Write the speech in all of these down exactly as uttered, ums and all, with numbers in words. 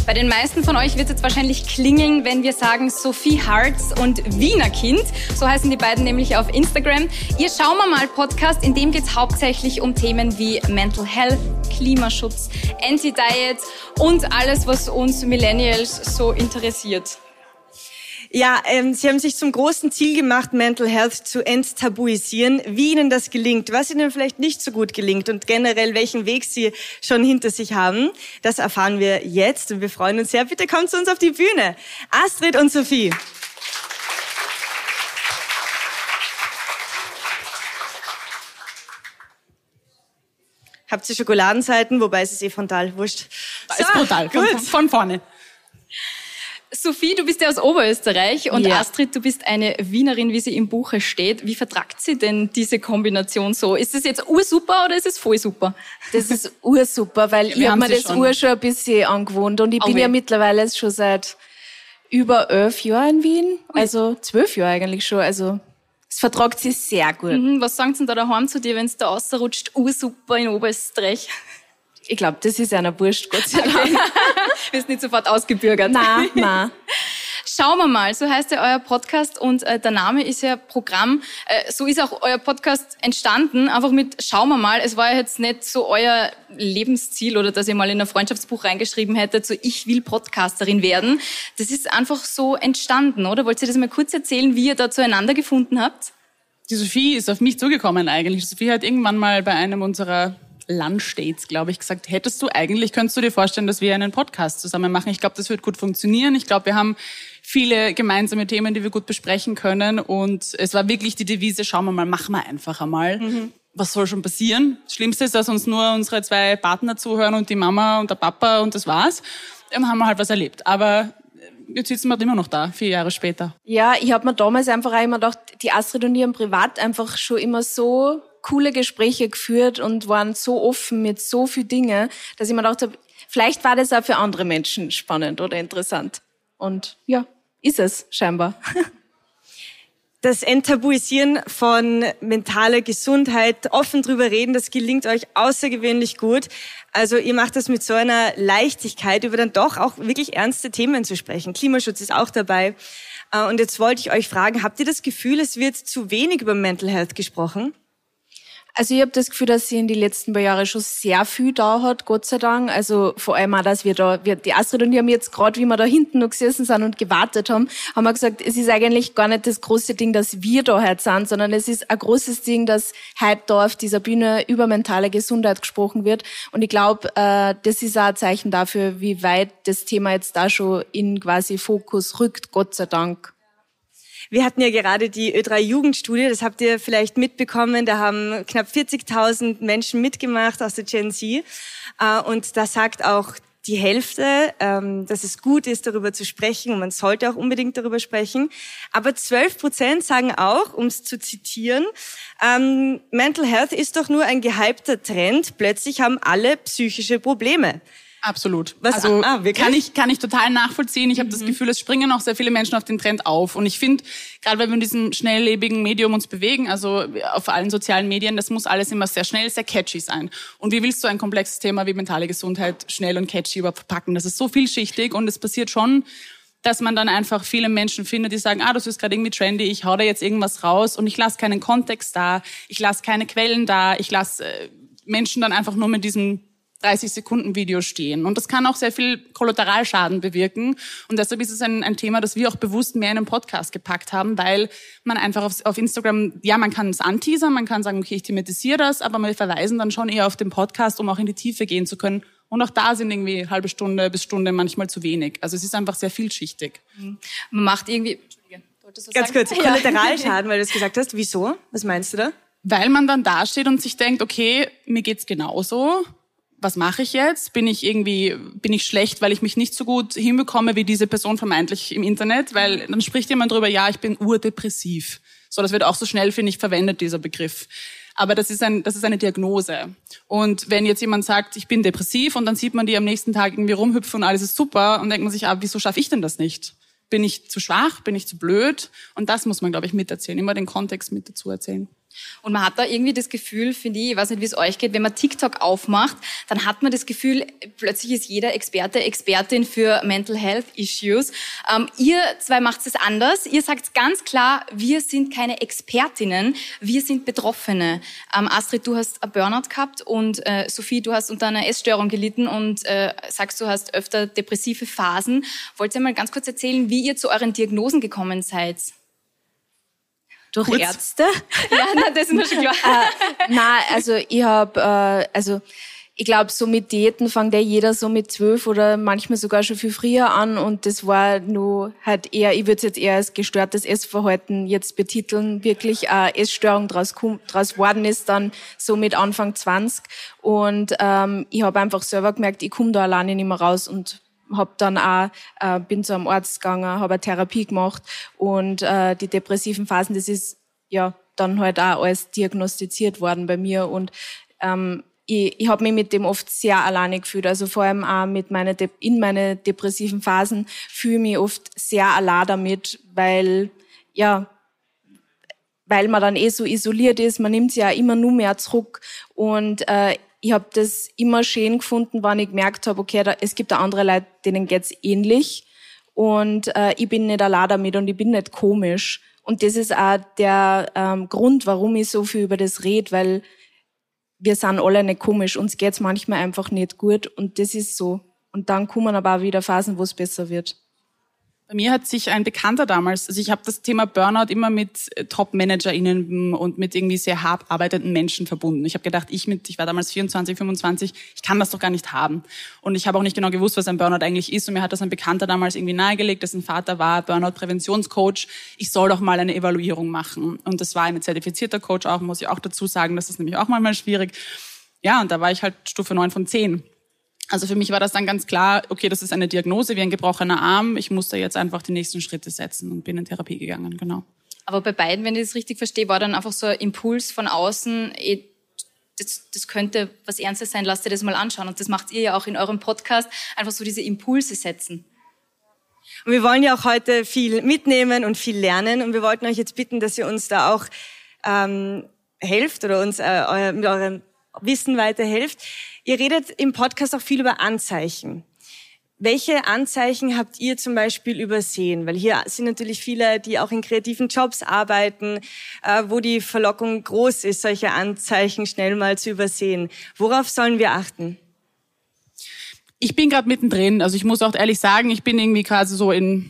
Bei den meisten von euch wird es jetzt wahrscheinlich klingeln, wenn wir sagen Sophie Hartz und Wiener Kind. So heißen die beiden nämlich auf Instagram. Ihr Schauen wir mal Podcast, in dem geht es hauptsächlich um Themen wie Mental Health, Klimaschutz, Anti-Diet und alles, was uns Millennials so interessiert. Ja, ähm, Sie haben sich zum großen Ziel gemacht, Mental Health zu enttabuisieren. Wie Ihnen das gelingt, was Ihnen vielleicht nicht so gut gelingt und generell welchen Weg Sie schon hinter sich haben, das erfahren wir jetzt und wir freuen uns sehr. Bitte kommt zu uns auf die Bühne. Astrid und Sophie. Habt ihr Schokoladenseiten? Wobei es ist eh frontal, wurscht. So, ist brutal, von, von vorne. Sophie, du bist ja aus Oberösterreich und ja. Astrid, du bist eine Wienerin, wie sie im Buche steht. Wie vertragt sie denn diese Kombination so? Ist das jetzt ursuper oder ist es voll super? Das ist ursuper, weil ja, ich habe mir das schon. Ur schon ein bisschen angewohnt und ich okay. bin ja mittlerweile schon seit über elf Jahren in Wien, also zwölf Jahre eigentlich schon, also es vertragt sich sehr gut. Mhm, was sagen sie denn da daheim zu dir, wenn es da rausrutscht, ursuper in Oberösterreich? Ich glaube, das ist einer wurscht, Gott sei Dank. Okay. Wirst nicht sofort ausgebürgert. Nein, nein. Schauen wir mal, so heißt ja euer Podcast und äh, der Name ist ja Programm. Äh, so ist auch euer Podcast entstanden, einfach mit Schauen wir mal. Es war ja jetzt nicht so euer Lebensziel oder dass ihr mal in ein Freundschaftsbuch reingeschrieben hättet, so ich will Podcasterin werden. Das ist einfach so entstanden, oder? Wollt ihr das mal kurz erzählen, wie ihr da zueinander gefunden habt? Die Sophie ist auf mich zugekommen eigentlich. Die Sophie hat irgendwann mal bei einem unserer Lunchdates, glaube ich, gesagt, hättest du eigentlich, könntest du dir vorstellen, dass wir einen Podcast zusammen machen? Ich glaube, das wird gut funktionieren. Ich glaube, wir haben viele gemeinsame Themen, die wir gut besprechen können. Und es war wirklich die Devise, schauen wir mal, machen wir einfach einmal. Mhm. Was soll schon passieren? Das Schlimmste ist, dass uns nur unsere zwei Partner zuhören und die Mama und der Papa und das war's. Dann haben wir halt was erlebt. Aber jetzt sitzen wir immer noch da, vier Jahre später. Ja, ich habe mir damals einfach auch immer gedacht, die Astrid und ich haben privat einfach schon immer so coole Gespräche geführt und waren so offen mit so vielen Dingen, dass ich mir gedacht habe, vielleicht war das auch für andere Menschen spannend oder interessant. Und ja, ist es scheinbar. Das Enttabuisieren von mentaler Gesundheit, offen drüber reden, das gelingt euch außergewöhnlich gut. Also ihr macht das mit so einer Leichtigkeit, über dann doch auch wirklich ernste Themen zu sprechen. Klimaschutz ist auch dabei. Und jetzt wollte ich euch fragen, habt ihr das Gefühl, es wird zu wenig über Mental Health gesprochen? Also ich habe das Gefühl, dass sie in den letzten paar Jahren schon sehr viel da hat, Gott sei Dank. Also vor allem auch, dass wir da, wir, die Astrid und ich haben jetzt gerade, wie wir da hinten noch gesessen sind und gewartet haben, haben wir gesagt, es ist eigentlich gar nicht das große Ding, dass wir da heute sind, sondern es ist ein großes Ding, dass heute da auf dieser Bühne über mentale Gesundheit gesprochen wird. Und ich glaube, äh, das ist auch ein Zeichen dafür, wie weit das Thema jetzt da schon in quasi Fokus rückt, Gott sei Dank. Wir hatten ja gerade die Ö drei Jugendstudie, das habt ihr vielleicht mitbekommen, da haben knapp vierzigtausend Menschen mitgemacht aus der Gen Z und da sagt auch die Hälfte, dass es gut ist, darüber zu sprechen und man sollte auch unbedingt darüber sprechen, aber zwölf Prozent sagen auch, um es zu zitieren, Mental Health ist doch nur ein gehypter Trend, plötzlich haben alle psychische Probleme. Absolut. Was, also ah, kann ich kann ich total nachvollziehen. Ich habe mhm. das Gefühl, es springen auch sehr viele Menschen auf den Trend auf. Und ich finde, gerade weil wir in diesem schnelllebigen Medium uns bewegen, also auf allen sozialen Medien, das muss alles immer sehr schnell, sehr catchy sein. Und wie willst du ein komplexes Thema wie mentale Gesundheit schnell und catchy überhaupt verpacken? Das ist so vielschichtig und es passiert schon, dass man dann einfach viele Menschen findet, die sagen, ah, das ist gerade irgendwie trendy, ich hau da jetzt irgendwas raus und ich lasse keinen Kontext da, ich lasse keine Quellen da, ich lasse äh, Menschen dann einfach nur mit diesem dreißig Sekunden Video stehen. Und das kann auch sehr viel Kollateralschaden bewirken. Und deshalb ist es ein, ein Thema, das wir auch bewusst mehr in einen Podcast gepackt haben, weil man einfach auf, auf Instagram, ja, man kann es anteasern, man kann sagen, okay, ich thematisiere das, aber wir verweisen dann schon eher auf den Podcast, um auch in die Tiefe gehen zu können. Und auch da sind irgendwie halbe Stunde bis Stunde manchmal zu wenig. Also es ist einfach sehr vielschichtig. Man macht irgendwie... Entschuldige, Ganz kurz, Kollateralschaden, weil du es gesagt hast. Wieso? Was meinst du da? Weil man dann dasteht und sich denkt, okay, mir geht's genauso. Was mache ich jetzt? Bin ich irgendwie, bin ich schlecht, weil ich mich nicht so gut hinbekomme wie diese Person vermeintlich im Internet? Weil dann spricht jemand drüber, ja, ich bin urdepressiv. So, das wird auch so schnell, finde ich, verwendet, dieser Begriff. Aber das ist ein, das ist eine Diagnose. Und wenn jetzt jemand sagt, ich bin depressiv und dann sieht man die am nächsten Tag irgendwie rumhüpfen und alles ist super und denkt man sich, ah, wieso schaffe ich denn das nicht? Bin ich zu schwach? Bin ich zu blöd? Und das muss man, glaube ich, miterzählen. Immer den Kontext mit dazu erzählen. Und man hat da irgendwie das Gefühl, finde ich, ich weiß nicht, wie es euch geht, wenn man TikTok aufmacht, dann hat man das Gefühl, plötzlich ist jeder Experte, Expertin für Mental Health Issues. Ähm, ihr zwei macht es anders. Ihr sagt ganz klar, wir sind keine Expertinnen, wir sind Betroffene. Ähm, Astrid, du hast ein Burnout gehabt und äh, Sophie, du hast unter einer Essstörung gelitten und äh, sagst, du hast öfter depressive Phasen. Wollt ihr mal ganz kurz erzählen, wie ihr zu euren Diagnosen gekommen seid? Durch Kurz. Ärzte? Ja, na, das ist mir schon klar. äh, nein, also ich habe, äh, also ich glaube, so mit Diäten fängt ja jeder so mit zwölf oder manchmal sogar schon viel früher an und das war nur halt eher, ich würde es jetzt eher als gestörtes Essverhalten jetzt betiteln, wirklich eine Essstörung draus, draus worden ist dann so mit Anfang zwanzig und ähm, ich habe einfach selber gemerkt, ich komme da alleine nicht mehr raus und hab dann auch, äh, bin zu einem Arzt gegangen, habe eine Therapie gemacht und äh, die depressiven Phasen, das ist ja dann halt auch alles diagnostiziert worden bei mir und ähm, ich, ich habe mich mit dem oft sehr alleine gefühlt, also vor allem auch mit meine De- in meine depressiven Phasen fühle ich mich oft sehr allein damit, weil ja weil man dann eh so isoliert ist, man nimmt sich ja immer nur mehr zurück und äh, ich habe das immer schön gefunden, wenn ich gemerkt habe, okay, da, es gibt auch andere Leute, denen geht's ähnlich und äh, ich bin nicht allein damit und ich bin nicht komisch. Und das ist auch der ähm, Grund, warum ich so viel über das rede, weil wir sind alle nicht komisch, uns geht's manchmal einfach nicht gut und das ist so. Und dann kommen aber auch wieder Phasen, wo es besser wird. Bei mir hat sich ein Bekannter damals, also ich habe das Thema Burnout immer mit Top-ManagerInnen und mit irgendwie sehr hart arbeitenden Menschen verbunden. Ich habe gedacht, ich mit, ich war damals vierundzwanzig, fünfundzwanzig, ich kann das doch gar nicht haben. Und ich habe auch nicht genau gewusst, was ein Burnout eigentlich ist. Und mir hat das ein Bekannter damals irgendwie nahegelegt, dessen Vater war Burnout-Präventionscoach. Ich soll doch mal eine Evaluierung machen. Und das war ein zertifizierter Coach auch, muss ich auch dazu sagen. Das ist nämlich auch manchmal schwierig. Ja, und da war ich halt Stufe neun von zehn. Also für mich war das dann ganz klar, okay, das ist eine Diagnose wie ein gebrochener Arm. Ich muss da jetzt einfach die nächsten Schritte setzen und bin in Therapie gegangen, genau. Aber bei beiden, wenn ich das richtig verstehe, war dann einfach so ein Impuls von außen, eh, das, das könnte was Ernstes sein, lasst ihr das mal anschauen. Und das macht ihr ja auch in eurem Podcast, einfach so diese Impulse setzen. Und wir wollen ja auch heute viel mitnehmen und viel lernen. Und wir wollten euch jetzt bitten, dass ihr uns da auch ähm, helft oder uns äh, euer, mit eurem Wissen weiterhelft. Ihr redet im Podcast auch viel über Anzeichen. Welche Anzeichen habt ihr zum Beispiel übersehen? Weil hier sind natürlich viele, die auch in kreativen Jobs arbeiten, äh, wo die Verlockung groß ist, solche Anzeichen schnell mal zu übersehen. Worauf sollen wir achten? Ich bin gerade mittendrin. Also ich muss auch ehrlich sagen, ich bin irgendwie quasi so in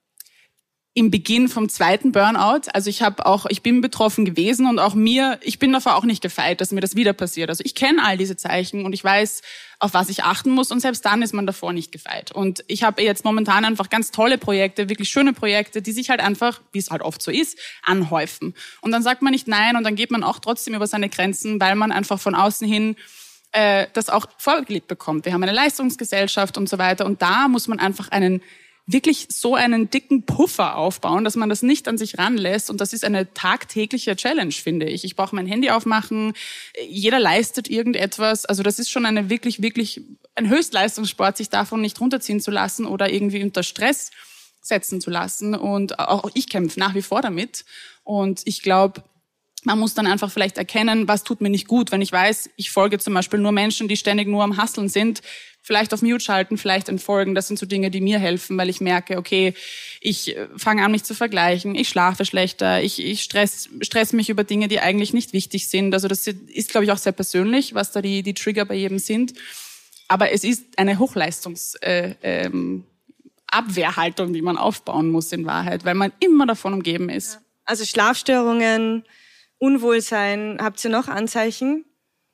im Beginn vom zweiten Burnout. Also ich habe auch, ich bin betroffen gewesen und auch mir, ich bin davor auch nicht gefeit, dass mir das wieder passiert. Also ich kenne all diese Zeichen und ich weiß, auf was ich achten muss und selbst dann ist man davor nicht gefeit. Und ich habe jetzt momentan einfach ganz tolle Projekte, wirklich schöne Projekte, die sich halt einfach, wie es halt oft so ist, anhäufen. Und dann sagt man nicht nein und dann geht man auch trotzdem über seine Grenzen, weil man einfach von außen hin äh, das auch vorgelegt bekommt. Wir haben eine Leistungsgesellschaft und so weiter und da muss man einfach einen wirklich so einen dicken Puffer aufbauen, dass man das nicht an sich ranlässt. Und das ist eine tagtägliche Challenge, finde ich. Ich brauche mein Handy aufmachen, jeder leistet irgendetwas. Also das ist schon eine wirklich, wirklich ein Höchstleistungssport, sich davon nicht runterziehen zu lassen oder irgendwie unter Stress setzen zu lassen. Und auch ich kämpfe nach wie vor damit. Und ich glaube, man muss dann einfach vielleicht erkennen, was tut mir nicht gut. Wenn ich weiß, ich folge zum Beispiel nur Menschen, die ständig nur am Hustlen sind, vielleicht auf Mute schalten, vielleicht entfolgen. Das sind so Dinge, die mir helfen, weil ich merke, okay, ich fange an, mich zu vergleichen, ich schlafe schlechter, ich, ich stress, stress mich über Dinge, die eigentlich nicht wichtig sind. Also das ist, glaube ich, auch sehr persönlich, was da die, die Trigger bei jedem sind. Aber es ist eine Hochleistungs- äh, ähm, Abwehrhaltung, die man aufbauen muss in Wahrheit, weil man immer davon umgeben ist. Also Schlafstörungen, Unwohlsein, habt ihr noch Anzeichen?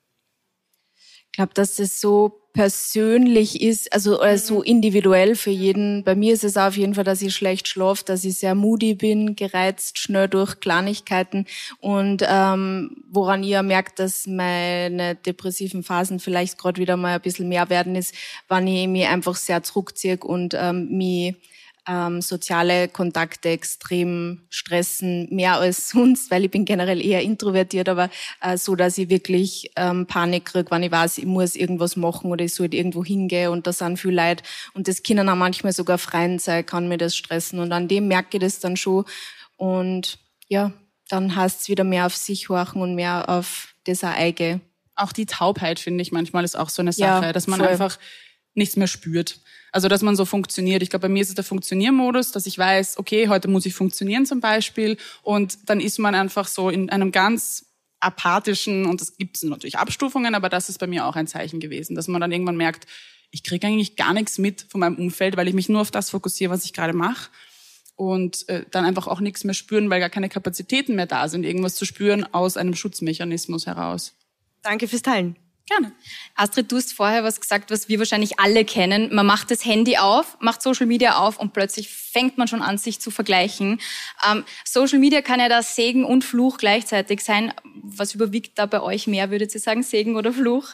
Ich glaube, dass das so persönlich ist, also oder so individuell für jeden. Bei mir ist es auf jeden Fall, dass ich schlecht schlafe, dass ich sehr moody bin, gereizt, schnell durch Kleinigkeiten und ähm, woran ihr merkt, dass meine depressiven Phasen vielleicht gerade wieder mal ein bisschen mehr werden ist, wenn ich mich einfach sehr zurückziehe und ähm, mich Ähm, soziale Kontakte extrem stressen, mehr als sonst, weil ich bin generell eher introvertiert, aber äh, so, dass ich wirklich ähm, Panik kriege, wenn ich weiß, ich muss irgendwas machen oder ich sollte irgendwo hingehen und da sind viele Leute und das können auch manchmal sogar Freien sein, kann mir das stressen und an dem merke ich das dann schon und ja, dann heißt es wieder mehr auf sich horchen und mehr auf das eigene. Auch die Taubheit, finde ich, manchmal ist auch so eine Sache, ja, dass man voll. einfach nichts mehr spürt. Also, dass man so funktioniert. Ich glaube, bei mir ist es der Funktioniermodus, dass ich weiß, okay, heute muss ich funktionieren zum Beispiel. Und dann ist man einfach so in einem ganz apathischen, und es gibt natürlich Abstufungen, aber das ist bei mir auch ein Zeichen gewesen, dass man dann irgendwann merkt, ich kriege eigentlich gar nichts mit von meinem Umfeld, weil ich mich nur auf das fokussiere, was ich gerade mache. Und äh, dann einfach auch nichts mehr spüren, weil gar keine Kapazitäten mehr da sind, irgendwas zu spüren aus einem Schutzmechanismus heraus. Danke fürs Teilen. Gerne. Astrid, du hast vorher was gesagt, was wir wahrscheinlich alle kennen. Man macht das Handy auf, macht Social Media auf und plötzlich fängt man schon an, sich zu vergleichen. Ähm, Social Media kann ja da Segen und Fluch gleichzeitig sein. Was überwiegt da bei euch mehr, würdet ihr sagen, Segen oder Fluch?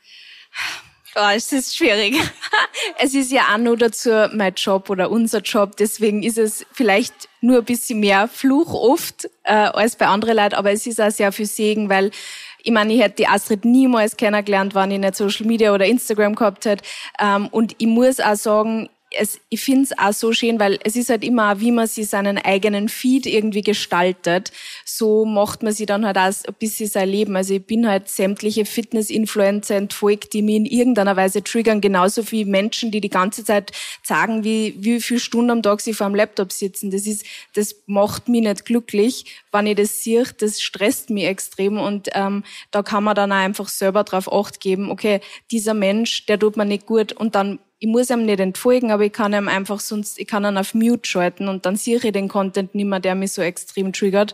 Oh, es ist schwierig. Es ist ja auch nur dazu mein Job oder unser Job. Deswegen ist es vielleicht nur ein bisschen mehr Fluch oft äh, als bei anderen Leuten. Aber es ist auch sehr viel Segen, weil ich meine, ich hätte die Astrid niemals kennengelernt, wenn ich nicht Social Media oder Instagram gehabt hätte. Ähm, und ich muss auch sagen, es, ich finde es auch so schön, weil es ist halt immer auch, wie man sich seinen eigenen Feed irgendwie gestaltet. So macht man sich dann halt auch ein bisschen sein Leben. Also ich bin halt sämtliche Fitness-Influencer entfolgt, die mich in irgendeiner Weise triggern. Genauso wie Menschen, die die ganze Zeit sagen, wie, wie viele Stunden am Tag sie vor dem Laptop sitzen. Das ist, das macht mich nicht glücklich. Wenn ich das sehe, das stresst mich extrem. Und ähm, da kann man dann auch einfach selber drauf Acht geben, okay, dieser Mensch, der tut mir nicht gut. Und dann ich muss ihm nicht entfolgen, aber ich kann ihm einfach sonst, ich kann ihn auf Mute schalten und dann sehe ich den Content nicht mehr, der mich so extrem triggert.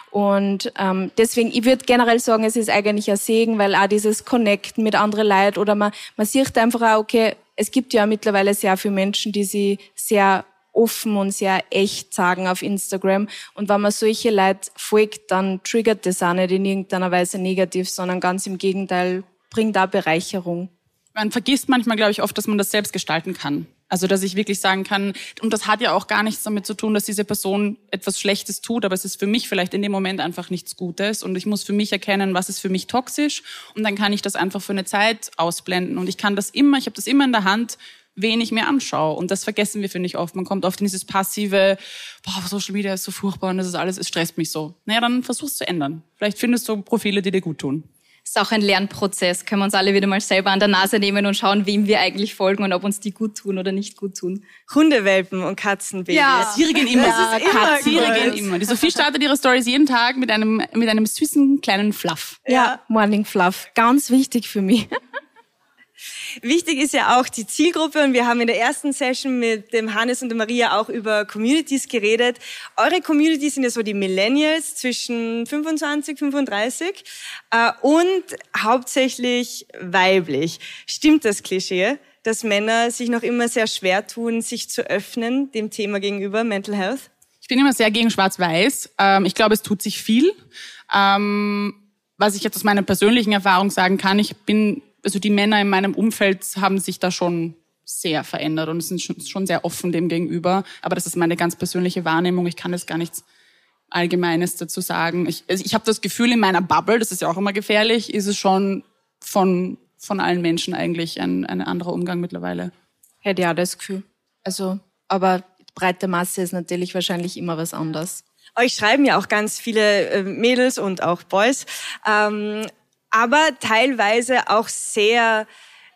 Und ähm, deswegen, ich würde generell sagen, es ist eigentlich ein Segen, weil auch dieses Connecten mit anderen Leuten oder man, man sieht einfach auch, okay, es gibt ja mittlerweile sehr viele Menschen, die sich sehr offen und sehr echt sagen auf Instagram. Und wenn man solche Leute folgt, dann triggert das auch nicht in irgendeiner Weise negativ, sondern ganz im Gegenteil, bringt auch Bereicherung. Man vergisst manchmal, glaube ich, oft, dass man das selbst gestalten kann. Also, dass ich wirklich sagen kann, und das hat ja auch gar nichts damit zu tun, dass diese Person etwas Schlechtes tut, aber es ist für mich vielleicht in dem Moment einfach nichts Gutes und ich muss für mich erkennen, was ist für mich toxisch und dann kann ich das einfach für eine Zeit ausblenden und ich kann das immer, ich habe das immer in der Hand, wen ich mir anschaue und das vergessen wir, finde ich, oft. Man kommt oft in dieses passive, boah, Social Media ist so furchtbar und das ist alles, es stresst mich so. Naja, dann versuch's zu ändern. Vielleicht findest du Profile, die dir gut tun. Ist auch ein Lernprozess. Können wir uns alle wieder mal selber an der Nase nehmen und schauen, wem wir eigentlich folgen und ob uns die gut tun oder nicht gut tun. Hundewelpen und Katzenbabys. Ja, Tiere gehen immer. Das ist immer Tiere gehen immer. Die Sophie startet ihre Stories jeden Tag mit einem, mit einem süßen kleinen Fluff. Ja, Morning Fluff. Ganz wichtig für mich. Wichtig ist ja auch die Zielgruppe und wir haben in der ersten Session mit dem Hannes und der Maria auch über Communities geredet. Eure Communities sind ja so die Millennials zwischen fünfundzwanzig, fünfunddreißig äh, und hauptsächlich weiblich. Stimmt das Klischee, dass Männer sich noch immer sehr schwer tun, sich zu öffnen dem Thema gegenüber, Mental Health? Ich bin immer sehr gegen Schwarz-Weiß. Ähm, ich glaube, es tut sich viel. Ähm, was ich jetzt aus meiner persönlichen Erfahrung sagen kann, ich bin Also die Männer in meinem Umfeld haben sich da schon sehr verändert und sind schon sehr offen dem gegenüber. Aber das ist meine ganz persönliche Wahrnehmung. Ich kann jetzt gar nichts Allgemeines dazu sagen. Ich, also ich habe das Gefühl, in meiner Bubble, das ist ja auch immer gefährlich, ist es schon von, von allen Menschen eigentlich ein, ein anderer Umgang mittlerweile. Hätte ich auch das Gefühl. Also, aber breite Masse ist natürlich wahrscheinlich immer was anderes. Euch schreiben ja auch ganz viele äh, Mädels und auch Boys. Ähm, aber teilweise auch sehr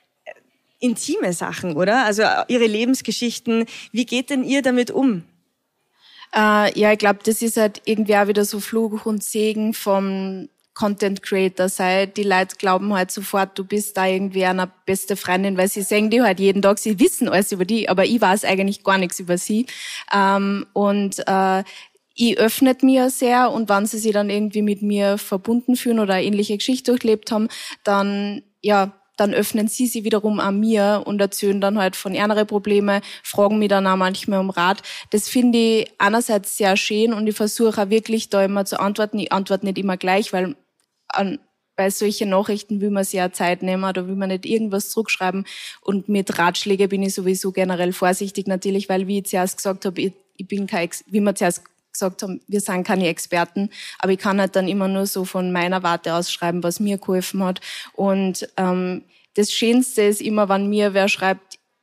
intime Sachen, oder? Also ihre Lebensgeschichten. Wie geht denn ihr damit um? Äh, ja, ich glaube, das ist halt irgendwie auch wieder so Fluch und Segen vom Content Creator sein. Die Leute glauben halt sofort, du bist da irgendwie eine beste Freundin, weil sie sehen die halt jeden Tag, sie wissen alles über die, aber ich weiß eigentlich gar nichts über sie. Ähm, und äh, ich öffnet mir sehr und wenn sie sich dann irgendwie mit mir verbunden fühlen oder eine ähnliche Geschichte durchlebt haben, dann, ja, dann öffnen sie sich wiederum an mir und erzählen dann halt von ihren Problemen, fragen mich dann auch manchmal um Rat. Das finde ich einerseits sehr schön und ich versuche auch wirklich da immer zu antworten. Ich antworte nicht immer gleich, weil an, bei solchen Nachrichten will man sich ja Zeit nehmen oder will man nicht irgendwas zurückschreiben. Und mit Ratschlägen bin ich sowieso generell vorsichtig natürlich, weil wie ich zuerst gesagt habe, ich, ich bin kein, wie wir zuerst gesagt haben, wir sind keine Experten, aber ich kann halt dann immer nur so von meiner Warte aus schreiben, was mir geholfen hat. Und ähm, das Schönste ist immer, wenn mir wer schreibt,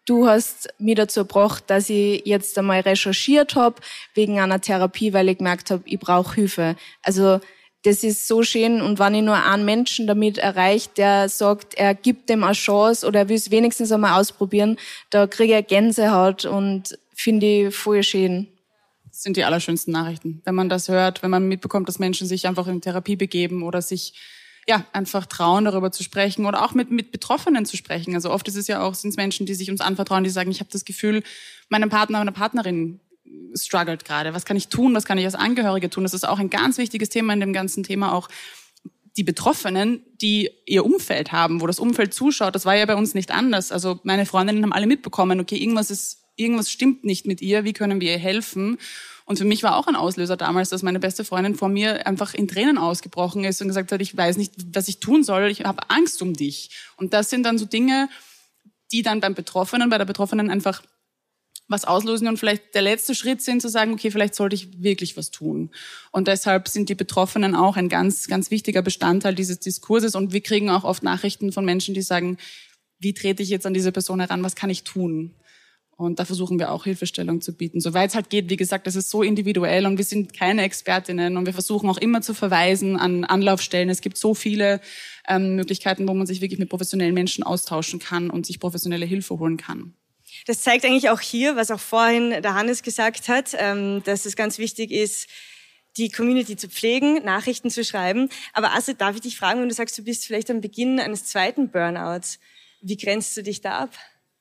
du hast mich dazu gebracht, dass ich jetzt einmal recherchiert habe wegen einer Therapie, weil ich gemerkt habe, ich brauche Hilfe. Also das ist so schön, und wenn ich nur einen Menschen damit erreiche, der sagt, er gibt dem eine Chance oder er will es wenigstens einmal ausprobieren, da kriege ich Gänsehaut und finde ich voll schön. Das sind die allerschönsten Nachrichten, wenn man das hört, wenn man mitbekommt, dass Menschen sich einfach in Therapie begeben oder sich ja einfach trauen, darüber zu sprechen oder auch mit mit Betroffenen zu sprechen. Also oft ist es ja auch, sind es Menschen, die sich uns anvertrauen, die sagen, ich habe das Gefühl, meinem Partner, meiner Partnerin struggelt gerade. Was kann ich tun? Was kann ich als Angehörige tun? Das ist auch ein ganz wichtiges Thema in dem ganzen Thema, auch die Betroffenen, die ihr Umfeld haben, wo das Umfeld zuschaut. Das war ja bei uns nicht anders. Also meine Freundinnen haben alle mitbekommen, okay, irgendwas ist, irgendwas stimmt nicht mit ihr. Wie können wir ihr helfen? Und für mich war auch ein Auslöser damals, dass meine beste Freundin vor mir einfach in Tränen ausgebrochen ist und gesagt hat, ich weiß nicht, was ich tun soll. Ich habe Angst um dich. Und das sind dann so Dinge, die dann beim Betroffenen, bei der Betroffenen einfach was auslösen und vielleicht der letzte Schritt sind, zu sagen, okay, vielleicht sollte ich wirklich was tun. Und deshalb sind die Betroffenen auch ein ganz, ganz wichtiger Bestandteil dieses Diskurses. Und wir kriegen auch oft Nachrichten von Menschen, die sagen, wie trete ich jetzt an diese Person heran, was kann ich tun? Und da versuchen wir auch Hilfestellung zu bieten. Soweit es halt geht, wie gesagt, das ist so individuell und wir sind keine Expertinnen und wir versuchen auch immer zu verweisen an Anlaufstellen. Es gibt so viele ähm, Möglichkeiten, wo man sich wirklich mit professionellen Menschen austauschen kann und sich professionelle Hilfe holen kann. Das zeigt eigentlich auch hier, was auch vorhin der Hannes gesagt hat, dass es ganz wichtig ist, die Community zu pflegen, Nachrichten zu schreiben. Aber Astrid, darf ich dich fragen, wenn du sagst, du bist vielleicht am Beginn eines zweiten Burnouts, wie grenzt du dich da ab?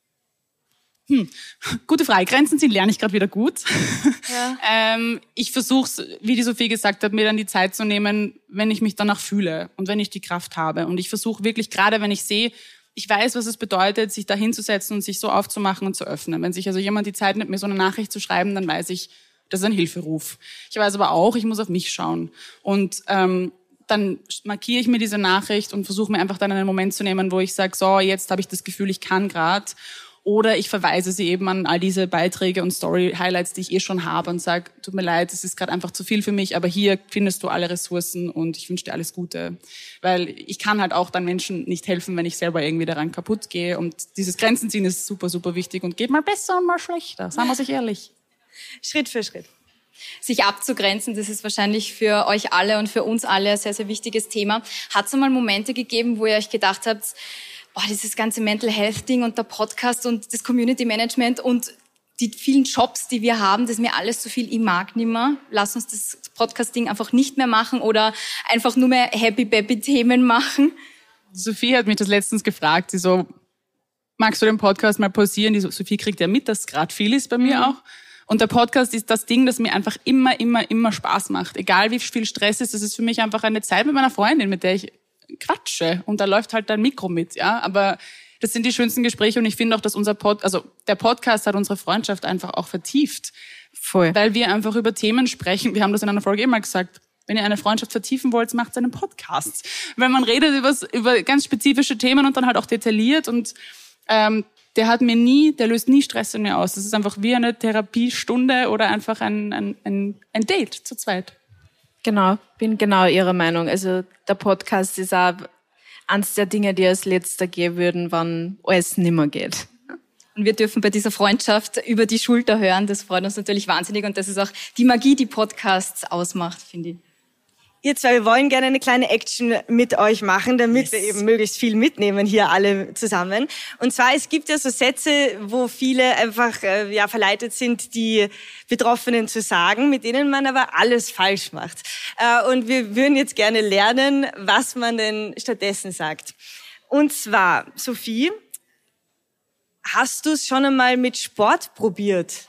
Hm, gute Frage. Grenzen ziehen lerne ich gerade wieder gut. Ja. ähm, ich versuche es, wie die Sophie gesagt hat, mir dann die Zeit zu nehmen, wenn ich mich danach fühle und wenn ich die Kraft habe. Und ich versuche wirklich, gerade wenn ich sehe, ich weiß, was es bedeutet, sich da hinzusetzen und sich so aufzumachen und zu öffnen. Wenn sich also jemand die Zeit nimmt, mir so eine Nachricht zu schreiben, dann weiß ich, das ist ein Hilferuf. Ich weiß aber auch, ich muss auf mich schauen. Und ähm, dann markiere ich mir diese Nachricht und versuche mir einfach dann einen Moment zu nehmen, wo ich sage, so, jetzt habe ich das Gefühl, ich kann gerade. Oder ich verweise sie eben an all diese Beiträge und Story-Highlights, die ich eh schon habe und sage, tut mir leid, es ist gerade einfach zu viel für mich, aber hier findest du alle Ressourcen und ich wünsche dir alles Gute. Weil ich kann halt auch dann Menschen nicht helfen, wenn ich selber irgendwie daran kaputt gehe. Und dieses Grenzenziehen ist super, super wichtig und geht mal besser und mal schlechter, sagen wir sich ehrlich. Schritt für Schritt. Sich abzugrenzen, das ist wahrscheinlich für euch alle und für uns alle ein sehr, sehr wichtiges Thema. Hat es einmal Momente gegeben, wo ihr euch gedacht habt, boah, dieses ganze Mental Health Ding und der Podcast und das Community Management und die vielen Jobs, die wir haben, das ist mir alles zu viel, ich mag nimmer. Lass uns das Podcast-Ding einfach nicht mehr machen oder einfach nur mehr Happy-Baby-Themen machen. Sophie hat mich das letztens gefragt, sie so, magst du den Podcast mal pausieren? Die so, Sophie kriegt ja mit, dass es gerade viel ist bei mir mhm. auch. Und der Podcast ist das Ding, das mir einfach immer, immer, immer Spaß macht. Egal wie viel Stress ist, das ist für mich einfach eine Zeit mit meiner Freundin, mit der ich quatsche und da läuft halt dein Mikro mit, ja, aber das sind die schönsten Gespräche und ich finde auch, dass unser Pod, also der Podcast hat unsere Freundschaft einfach auch vertieft. Voll. Weil wir einfach über Themen sprechen. Wir haben das in einer Folge immer gesagt. Wenn ihr eine Freundschaft vertiefen wollt, macht einen Podcast. Weil man redet über, über ganz spezifische Themen und dann halt auch detailliert und ähm, der hat mir nie, der löst nie Stress in mir aus. Das ist einfach wie eine Therapiestunde oder einfach ein, ein, ein, ein Date zu zweit. Genau, bin genau Ihrer Meinung. Also der Podcast ist auch eines der Dinge, die als letzter gehen würden, wann alles nimmer geht. Und wir dürfen bei dieser Freundschaft über die Schulter hören. Das freut uns natürlich wahnsinnig und das ist auch die Magie, die Podcasts ausmacht, finde ich. Ihr zwei, wir wollen gerne eine kleine Action mit euch machen, damit yes. wir eben möglichst viel mitnehmen hier alle zusammen. Und zwar, es gibt ja so Sätze, wo viele einfach äh, ja verleitet sind, die Betroffenen zu sagen, mit denen man aber alles falsch macht. Äh, und wir würden jetzt gerne lernen, was man denn stattdessen sagt. Und zwar, Sophie, hast du es schon einmal mit Sport probiert?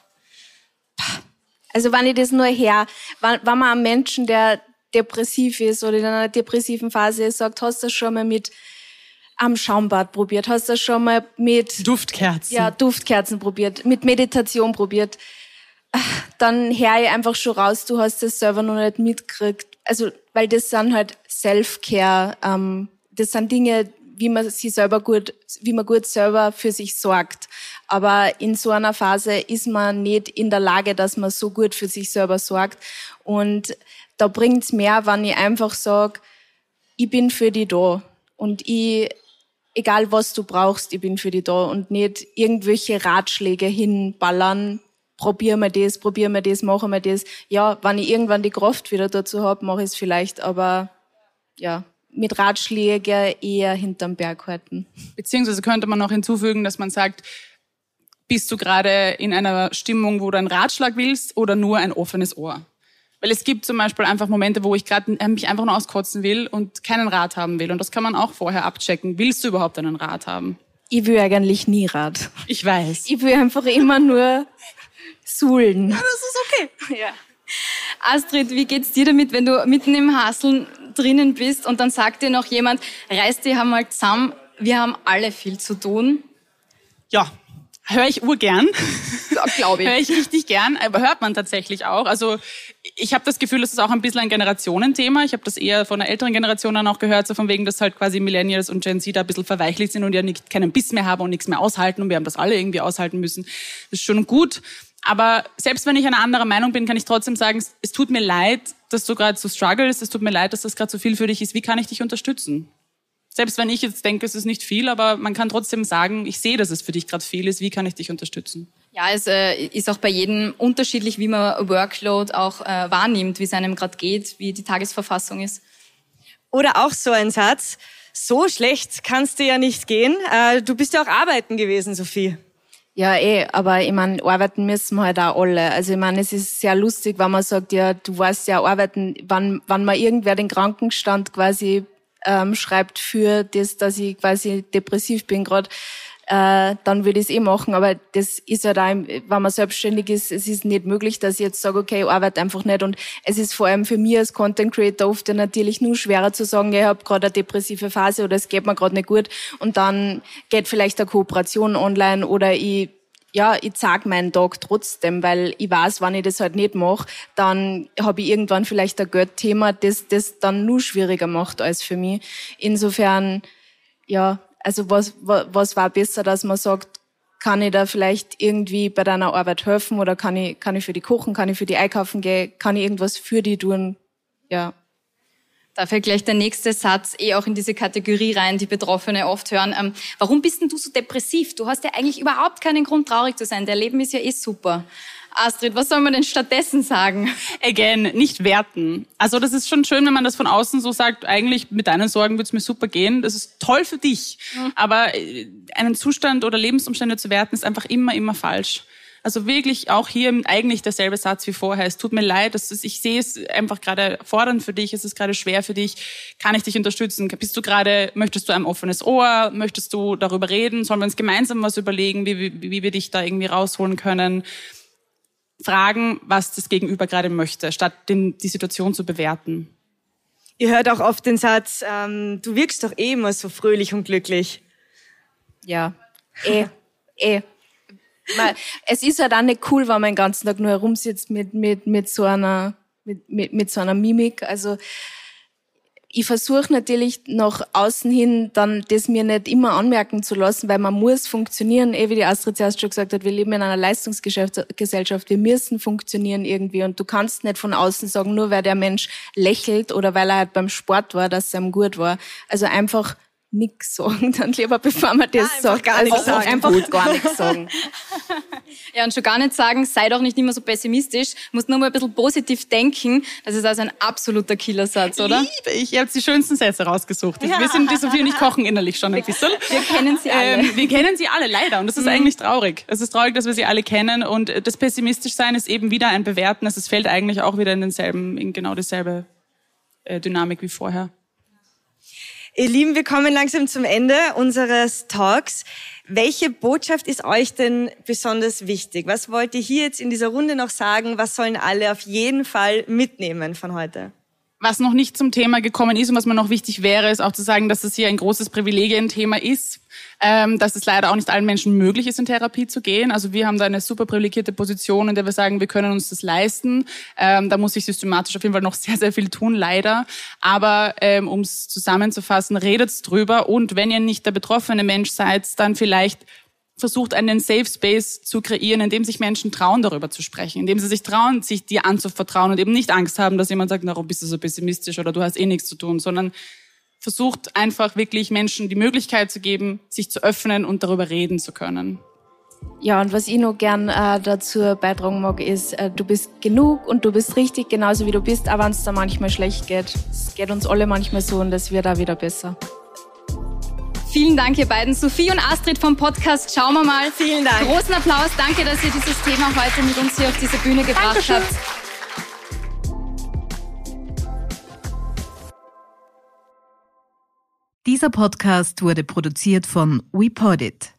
Also wenn ich das nur her, wenn, wenn man einem Menschen, der depressiv ist oder in einer depressiven Phase ist, sagt, hast du das schon mal mit am Schaumbad probiert? Hast du das schon mal mit Duftkerzen? Ja, Duftkerzen probiert, mit Meditation probiert? Dann höre ich einfach schon raus, du hast das selber noch nicht mitgekriegt. Also, weil das sind halt Self-Care, ähm, das sind Dinge, wie man sich selber gut, wie man gut selber für sich sorgt. Aber in so einer Phase ist man nicht in der Lage, dass man so gut für sich selber sorgt. Und da bringt's mehr, wenn ich einfach sage, ich bin für die da. Und ich egal was du brauchst, ich bin für dich da und nicht irgendwelche Ratschläge hinballern. Probier mal das, probier mal das, machen wir das. Ja, wenn ich irgendwann die Kraft wieder dazu habe, mache ich es vielleicht, aber ja, mit Ratschlägen eher hinterm Berg halten. Beziehungsweise könnte man noch hinzufügen, dass man sagt, bist du gerade in einer Stimmung, wo du einen Ratschlag willst oder nur ein offenes Ohr? Weil es gibt zum Beispiel einfach Momente, wo ich gerade mich einfach nur auskotzen will und keinen Rat haben will. Und das kann man auch vorher abchecken. Willst du überhaupt einen Rat haben? Ich will eigentlich nie Rat. Ich weiß. Ich will einfach immer nur suhlen. Ja, das ist okay. Ja. Astrid, wie geht's dir damit, wenn du mitten im Hasseln drinnen bist und dann sagt dir noch jemand, reiß dich einmal zusammen, wir haben alle viel zu tun? Ja. Höre ich urgern. Ja, glaube ich. Höre ich richtig gern, aber hört man tatsächlich auch. Also ich habe das Gefühl, das ist auch ein bisschen ein Generationenthema. Ich habe das eher von einer älteren Generation dann auch gehört, so von wegen, dass halt quasi Millennials und Gen Z da ein bisschen verweichlicht sind und ja nicht, keinen Biss mehr haben und nichts mehr aushalten und wir haben das alle irgendwie aushalten müssen. Das ist schon gut. Aber selbst wenn ich eine andere Meinung bin, kann ich trotzdem sagen, es tut mir leid, dass du gerade so struggles, es tut mir leid, dass das gerade so viel für dich ist. Wie kann ich dich unterstützen? Selbst wenn ich jetzt denke, es ist nicht viel, aber man kann trotzdem sagen, ich sehe, dass es für dich gerade viel ist. Wie kann ich dich unterstützen? Ja, es äh, ist auch bei jedem unterschiedlich, wie man Workload auch äh, wahrnimmt, wie es einem gerade geht, wie die Tagesverfassung ist. Oder auch so ein Satz, so schlecht kannst du ja nicht gehen. Äh, du bist ja auch arbeiten gewesen, Sophie. Ja, eh, aber ich meine, arbeiten müssen wir halt auch alle. Also ich meine, es ist sehr lustig, wenn man sagt, ja, du weißt ja, arbeiten, wann, wann mal irgendwer den Krankenstand quasi ähm, schreibt für das, dass ich quasi depressiv bin gerade, äh, dann würde ich es eh machen. Aber das ist ja da, wenn man selbstständig ist, es ist nicht möglich, dass ich jetzt sage, okay, ich arbeite einfach nicht. Und es ist vor allem für mich als Content Creator oft natürlich nur schwerer zu sagen, ja, ich habe gerade eine depressive Phase oder es geht mir gerade nicht gut. Und dann geht vielleicht eine Kooperation online oder ich ja, ich zeig meinen Tag trotzdem, weil ich weiß, wenn ich das halt nicht mache, dann habe ich irgendwann vielleicht ein Geldthema, das das dann nur schwieriger macht als für mich. Insofern, ja, also was, was, was war besser, dass man sagt, kann ich da vielleicht irgendwie bei deiner Arbeit helfen oder kann ich, kann ich für die kochen, kann ich für die einkaufen gehen, kann ich irgendwas für die tun, ja. Da fällt gleich der nächste Satz eh auch in diese Kategorie rein, die Betroffene oft hören. Ähm, warum bist denn du so depressiv? Du hast ja eigentlich überhaupt keinen Grund, traurig zu sein. Dein Leben ist ja eh super. Astrid, was soll man denn stattdessen sagen? Again, nicht werten. Also das ist schon schön, wenn man das von außen so sagt, eigentlich mit deinen Sorgen wird's mir super gehen. Das ist toll für dich. Mhm. Aber einen Zustand oder Lebensumstände zu werten, ist einfach immer, immer falsch. Also wirklich auch hier eigentlich derselbe Satz wie vorher. Es tut mir leid, dass es, ich sehe es einfach gerade fordernd für dich, es ist gerade schwer für dich. Kann ich dich unterstützen? Bist du gerade, möchtest du ein offenes Ohr? Möchtest du darüber reden? Sollen wir uns gemeinsam was überlegen, wie, wie, wie wir dich da irgendwie rausholen können? Fragen, was das Gegenüber gerade möchte, statt den, die Situation zu bewerten. Ihr hört auch oft den Satz, ähm, du wirkst doch eh immer so fröhlich und glücklich. Ja, eh, eh. Es ist halt auch nicht cool, wenn man den ganzen Tag nur herumsitzt mit, mit, mit so einer, mit, mit, mit so einer Mimik. Also, ich versuche natürlich nach außen hin dann das mir nicht immer anmerken zu lassen, weil man muss funktionieren, eh wie die Astrid zuerst schon gesagt hat, wir leben in einer Leistungsgesellschaft, wir müssen funktionieren irgendwie und du kannst nicht von außen sagen, nur weil der Mensch lächelt oder weil er halt beim Sport war, dass es ihm gut war. Also einfach nichts sagen, dann lieber bevor man das ja, sagt. Gar also sagen. Einfach gut. gar nichts sagen. Ja, und schon gar nicht sagen, sei doch nicht immer so pessimistisch, musst nur mal ein bisschen positiv denken. Das ist also ein absoluter Killersatz, oder? Liebe ich, ihr habt die schönsten Sätze rausgesucht. Ja. Wir sind die Sophie und ich kochen innerlich schon ein bisschen. Wir kennen sie alle. Ähm, wir kennen sie alle, leider. Und das ist mhm. eigentlich traurig. Es ist traurig, dass wir sie alle kennen. Und das Pessimistischsein ist eben wieder ein Bewerten. Es fällt eigentlich auch wieder in denselben, in genau dieselbe äh, Dynamik wie vorher. Ihr Lieben, wir kommen langsam zum Ende unseres Talks. Welche Botschaft ist euch denn besonders wichtig? Was wollt ihr hier jetzt in dieser Runde noch sagen? Was sollen alle auf jeden Fall mitnehmen von heute? Was noch nicht zum Thema gekommen ist und was mir noch wichtig wäre, ist auch zu sagen, dass es hier ein großes Privilegienthema ist, ähm, dass es leider auch nicht allen Menschen möglich ist, in Therapie zu gehen. Also wir haben da eine super privilegierte Position, in der wir sagen, wir können uns das leisten. Ähm, da muss ich systematisch auf jeden Fall noch sehr, sehr viel tun, leider. Aber ähm, um es zusammenzufassen, redet's drüber und wenn ihr nicht der betroffene Mensch seid, dann vielleicht versucht, einen Safe Space zu kreieren, in dem sich Menschen trauen, darüber zu sprechen, in dem sie sich trauen, sich dir anzuvertrauen und eben nicht Angst haben, dass jemand sagt, na, warum bist du so pessimistisch oder du hast eh nichts zu tun, sondern versucht einfach wirklich Menschen die Möglichkeit zu geben, sich zu öffnen und darüber reden zu können. Ja, und was ich noch gern äh, dazu beitragen mag, ist, äh, du bist genug und du bist richtig, genauso wie du bist, auch wenn es da manchmal schlecht geht. Es geht uns alle manchmal so und es wird auch wieder besser. Vielen Dank, ihr beiden. Sophie und Astrid vom Podcast Schauen wir mal. Vielen Dank. Großen Applaus. Danke, dass ihr dieses Thema heute mit uns hier auf diese Bühne gebracht Dankeschön. habt. Dieser Podcast wurde produziert von WePodit.